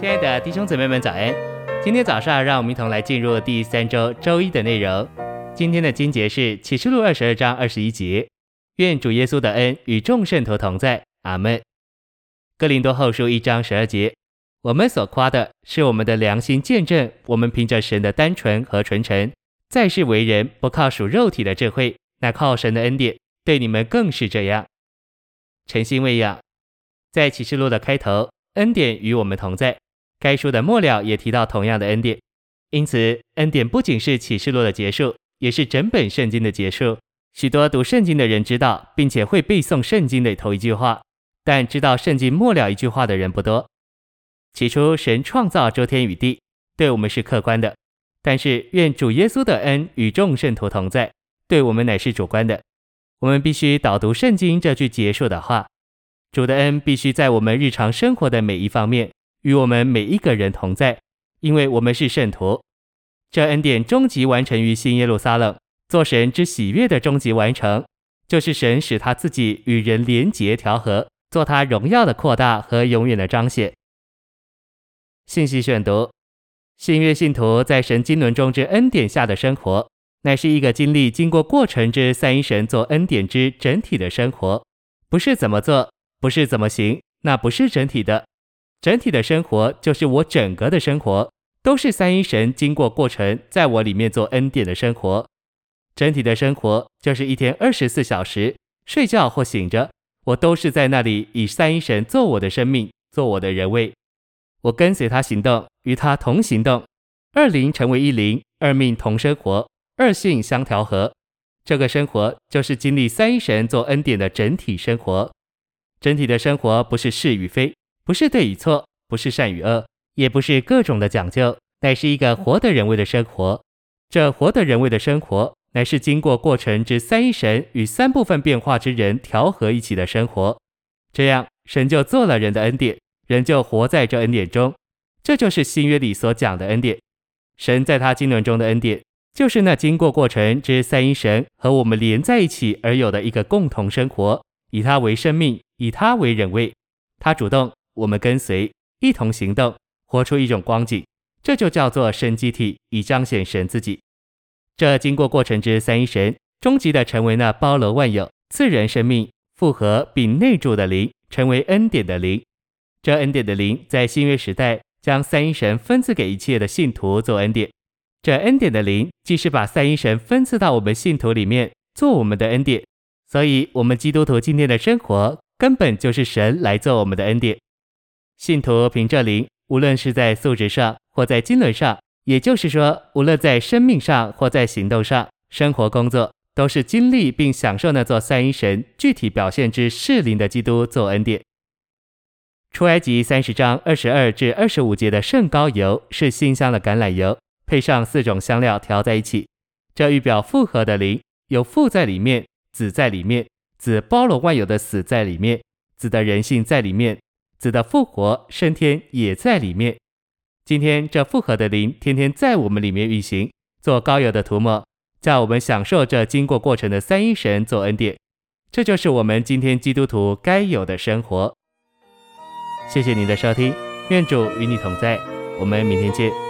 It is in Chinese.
亲爱的弟兄姊妹们早安，今天早上让我们一同来进入第3周周一的内容。今天的经节是启示录22章21节，愿主耶稣的恩与众圣徒同在，阿们。哥林多后书1章12节，我们所夸的是我们的良心见证，我们凭着神的单纯和纯诚，在世为人不靠属肉体的智慧，乃靠神的恩典，对你们更是这样。诚心喂养，在启示录的开头，恩典与我们同在，该书的末了也提到同样的恩典。因此恩典不仅是启示录的结束，也是整本圣经的结束。许多读圣经的人知道并且会背诵圣经的头一句话，但知道圣经末了一句话的人不多。起初神创造周天与地，对我们是客观的，但是愿主耶稣的恩与众圣徒同在，对我们乃是主观的。我们必须导读圣经这句结束的话，主的恩必须在我们日常生活的每一方面与我们每一个人同在，因为我们是圣徒。这恩典终极完成于新耶路撒冷，做神之喜悦的终极完成，就是神使他自己与人连结调和，做他荣耀的扩大和永远的彰显。信息选读，新约信徒在神经纶中之恩典下的生活，乃是一个经过过程之三一神做恩典之整体的生活，不是怎么做，不是怎么行，那不是整体的。整体的生活就是我整个的生活，都是三一神经过过程在我里面做恩典的生活。整体的生活就是一天24小时，睡觉或醒着，我都是在那里以三一神做我的生命，做我的人位。我跟随他行动，与他同行动，二灵成为一灵，二命同生活，二性相调和。这个生活就是经历三一神做恩典的整体生活。整体的生活不是是与非，不是对与错，不是善与恶，也不是各种的讲究，乃是一个活的人位的生活。这活的人位的生活，乃是经过过程之三一神与三部分变化之人调和一起的生活。这样神就做了人的恩典，人就活在这恩典中。这就是新约里所讲的恩典。神在他经纶中的恩典，就是那经过过程之三一神和我们连在一起而有的一个共同生活，以他为生命，以他为人位。他主动，我们跟随，一同行动，活出一种光景，这就叫做生机体，以彰显神自己。这经过过程之三一神，终极的成为那包罗万有、赐人生命、复合并内住的灵，成为恩典的灵。这恩典的灵在新约时代将三一神分赐给一切的信徒做恩典。这恩典的灵既是把三一神分赐到我们信徒里面，做我们的恩典，所以我们基督徒今天的生活根本就是神来做我们的恩典。信徒凭这灵，无论是在素质上或在经纶上，也就是说无论在生命上或在行动上，生活工作，都是经历并享受那座三一神具体表现之适灵的基督做恩典。出埃及30章22至25节的圣膏油是馨香的橄榄油，配上4种香料调在一起，这预表复合的灵，有父在里面，子在里面，子包罗万有的死在里面，子的人性在里面，子的复活升天也在里面。今天这复合的灵天天在我们里面运行，做膏油的涂抹，叫我们享受这经过过程的三一神做恩典。这就是我们今天基督徒该有的生活。谢谢您的收听，愿主与你同在，我们明天见。